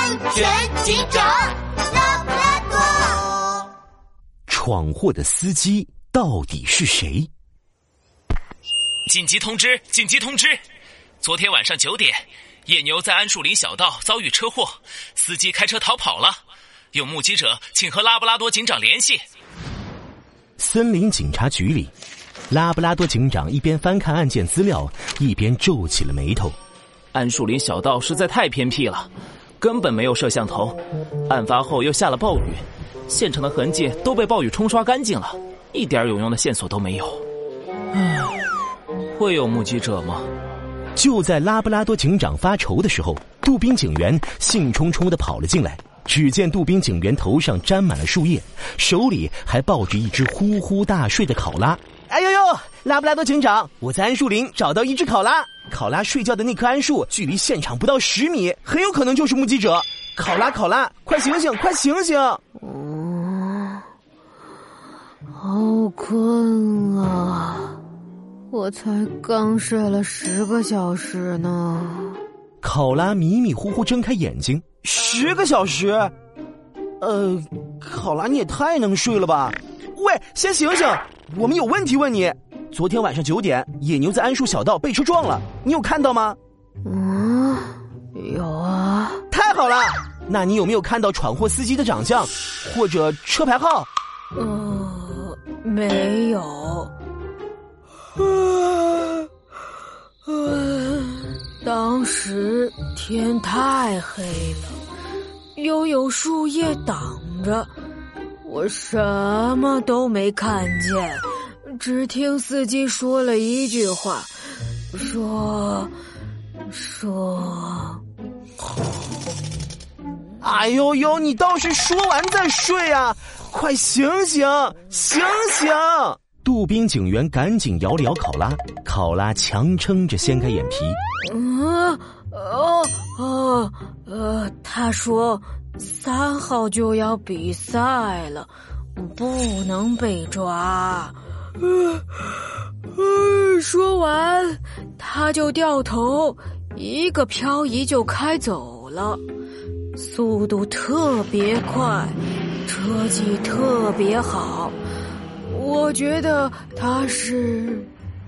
安全警长拉布拉多。 闯祸的司机到底是谁？ 紧急通知！紧急通知！昨天晚上9点，野牛在桉树林小道遭遇车祸，司机开车逃跑了。有目击者，请和拉布拉多警长联系。 森林警察局里，拉布拉多警长一边翻看案件资料，一边皱起了眉头。 桉树林小道实在太偏僻了，根本没有摄像头。案发后又下了暴雨，现场的痕迹都被暴雨冲刷干净了，一点有用的线索都没有。会有目击者吗？ 就在拉布拉多警长发愁的时候，杜宾警员兴冲冲地跑了进来。只见杜宾警员头上沾满了树叶，手里还抱着一只呼呼大睡的考拉。哎呦呦，拉布拉多警长，我在桉树林找到一只考拉，考拉睡觉的那棵桉树距离现场不到10米，很有可能就是目击者。考拉，考拉，快醒醒，快醒醒！ 好困啊，我才刚睡了10个小时呢。 考拉迷迷糊糊睁开眼睛，10个小时？考拉你也太能睡了吧！喂，先醒醒，我们有问题问你。昨天晚上9点，野牛在桉树小道被车撞了，你有看到吗？ 有啊。 太好了，那你有没有看到闯祸司机的长相，或者车牌号？ 没有。当时天太黑了，又有树叶挡着，我什么都没看见，只听司机说了一句话，说哎呦呦，你倒是说完再睡啊，快醒醒，醒醒！杜宾警员赶紧摇了摇考拉，考拉强撑着掀开眼皮。 他说3号就要比赛了，不能被抓。说完他就掉头，一个漂移就开走了，速度特别快，车技特别好，我觉得他是……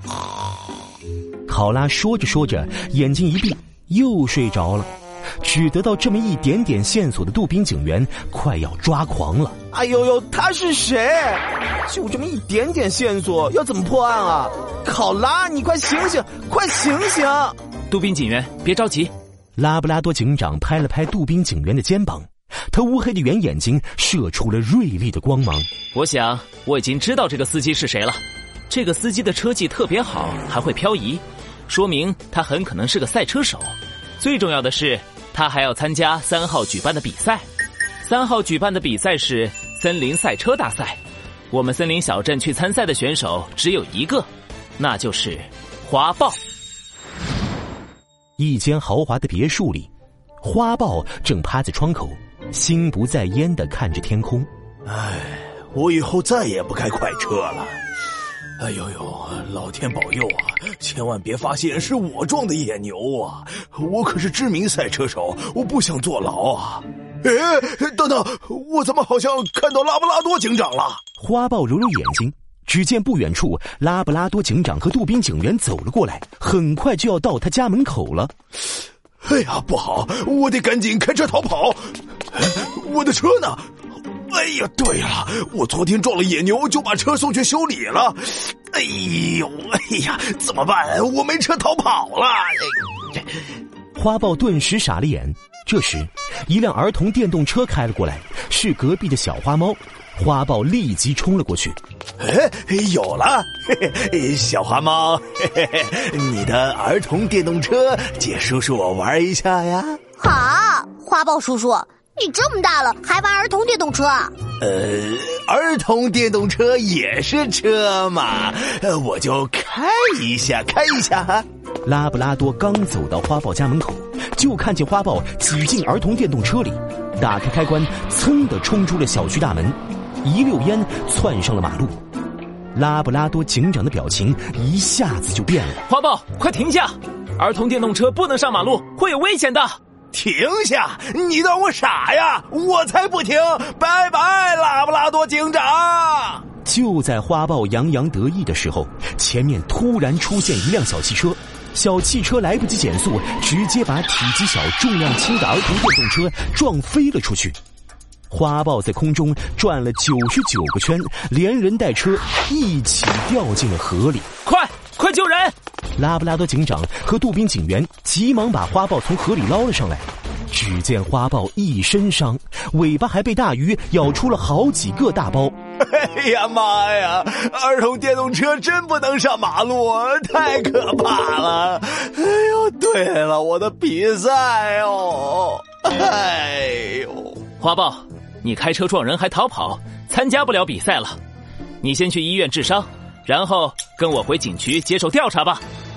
考拉说着说着，眼睛一闭，又睡着了。只得到这么一点点线索的杜宾警员快要抓狂了。哎呦呦，他是谁？就这么一点点线索，要怎么破案啊？考拉，你快醒醒，快醒醒！ 杜宾警员，别着急。 拉布拉多警长拍了拍杜宾警员的肩膀，他乌黑的圆眼睛射出了锐利的光芒。 我想我已经知道这个司机是谁了。这个司机的车技特别好，还会漂移，说明他很可能是个赛车手。最重要的是，他还要参加3号举办的比赛。3号举办的比赛是森林赛车大赛。我们森林小镇去参赛的选手只有一个，那就是花豹。 一间豪华的别墅里，花豹正趴在窗口，心不在焉地看着天空。 我以后再也不开快车了。哎呦呦，老天保佑啊，千万别发现是我撞的野牛啊，我可是知名赛车手，我不想坐牢啊。等等，我怎么好像看到拉布拉多警长了？ 花豹揉揉眼睛，只见不远处拉布拉多警长和杜宾警员走了过来，很快就要到他家门口了。 哎呀，不好，我得赶紧开车逃跑。我的车呢？哎呀，对了，我昨天撞了野牛，就把车送去修理了。哎呀，怎么办？我没车逃跑了。 花豹顿时傻了眼。这时，一辆儿童电动车开了过来，是隔壁的小花猫。花豹立即冲了过去。 有了，小花猫，你的儿童电动车，借叔叔我玩一下呀。 好，花豹叔叔，你这么大了还玩儿童电动车啊？ 儿童电动车也是车嘛，我就开一下哈。 拉布拉多刚走到花豹家门口，就看见花豹挤进儿童电动车里，打开开关，噌地冲出了小区大门，一溜烟窜上了马路。拉布拉多警长的表情一下子就变了。 花豹，快停下！儿童电动车不能上马路，会有危险的。 停下！你当我傻呀？我才不停！拜拜，拉布拉多警长！ 就在花豹洋洋得意的时候，前面突然出现一辆小汽车。小汽车来不及减速，直接把体积小、重量轻的儿童电动车撞飞了出去。花豹在空中转了99个圈，连人带车一起掉进了河里。 快救人！ 拉布拉多警长和杜宾警员急忙把花豹从河里捞了上来。只见花豹一身伤，尾巴还被大鱼咬出了好几个大包。 哎呀妈呀！儿童电动车真不能上马路，太可怕了！哎呦，对了，我的比赛哦！哎呦， 花豹，你开车撞人还逃跑，参加不了比赛了。你先去医院治伤，然后跟我回警局接受调查吧。